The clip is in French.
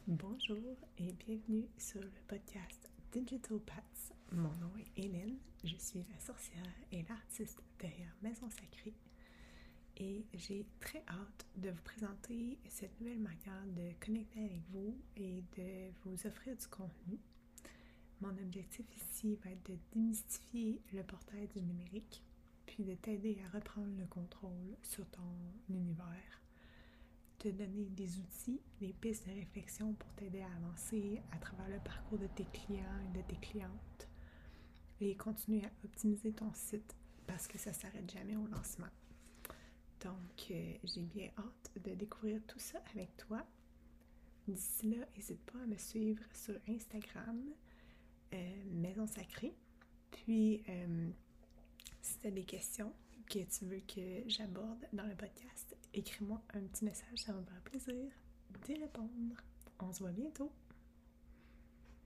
Bonjour et bienvenue sur le podcast Digital Paths. Mon nom est Hélène, je suis la sorcière et l'artiste derrière Maison Sacrée et j'ai très hâte de vous présenter cette nouvelle manière de connecter avec vous et de vous offrir du contenu. Mon objectif ici va être de démystifier le portail du numérique puis de t'aider à reprendre le contrôle sur ton univers, te donner des outils, des pistes de réflexion pour t'aider à avancer à travers le parcours de tes clients et de tes clientes et continuer à optimiser ton site parce que ça ne s'arrête jamais au lancement. Donc, j'ai bien hâte de découvrir tout ça avec toi. D'ici là, n'hésite pas à me suivre sur Instagram, Maison Sacrée. Puis, si tu as des questions que tu veux que j'aborde dans le podcast, écris-moi un petit message, ça va me faire plaisir d'y répondre. On se voit bientôt!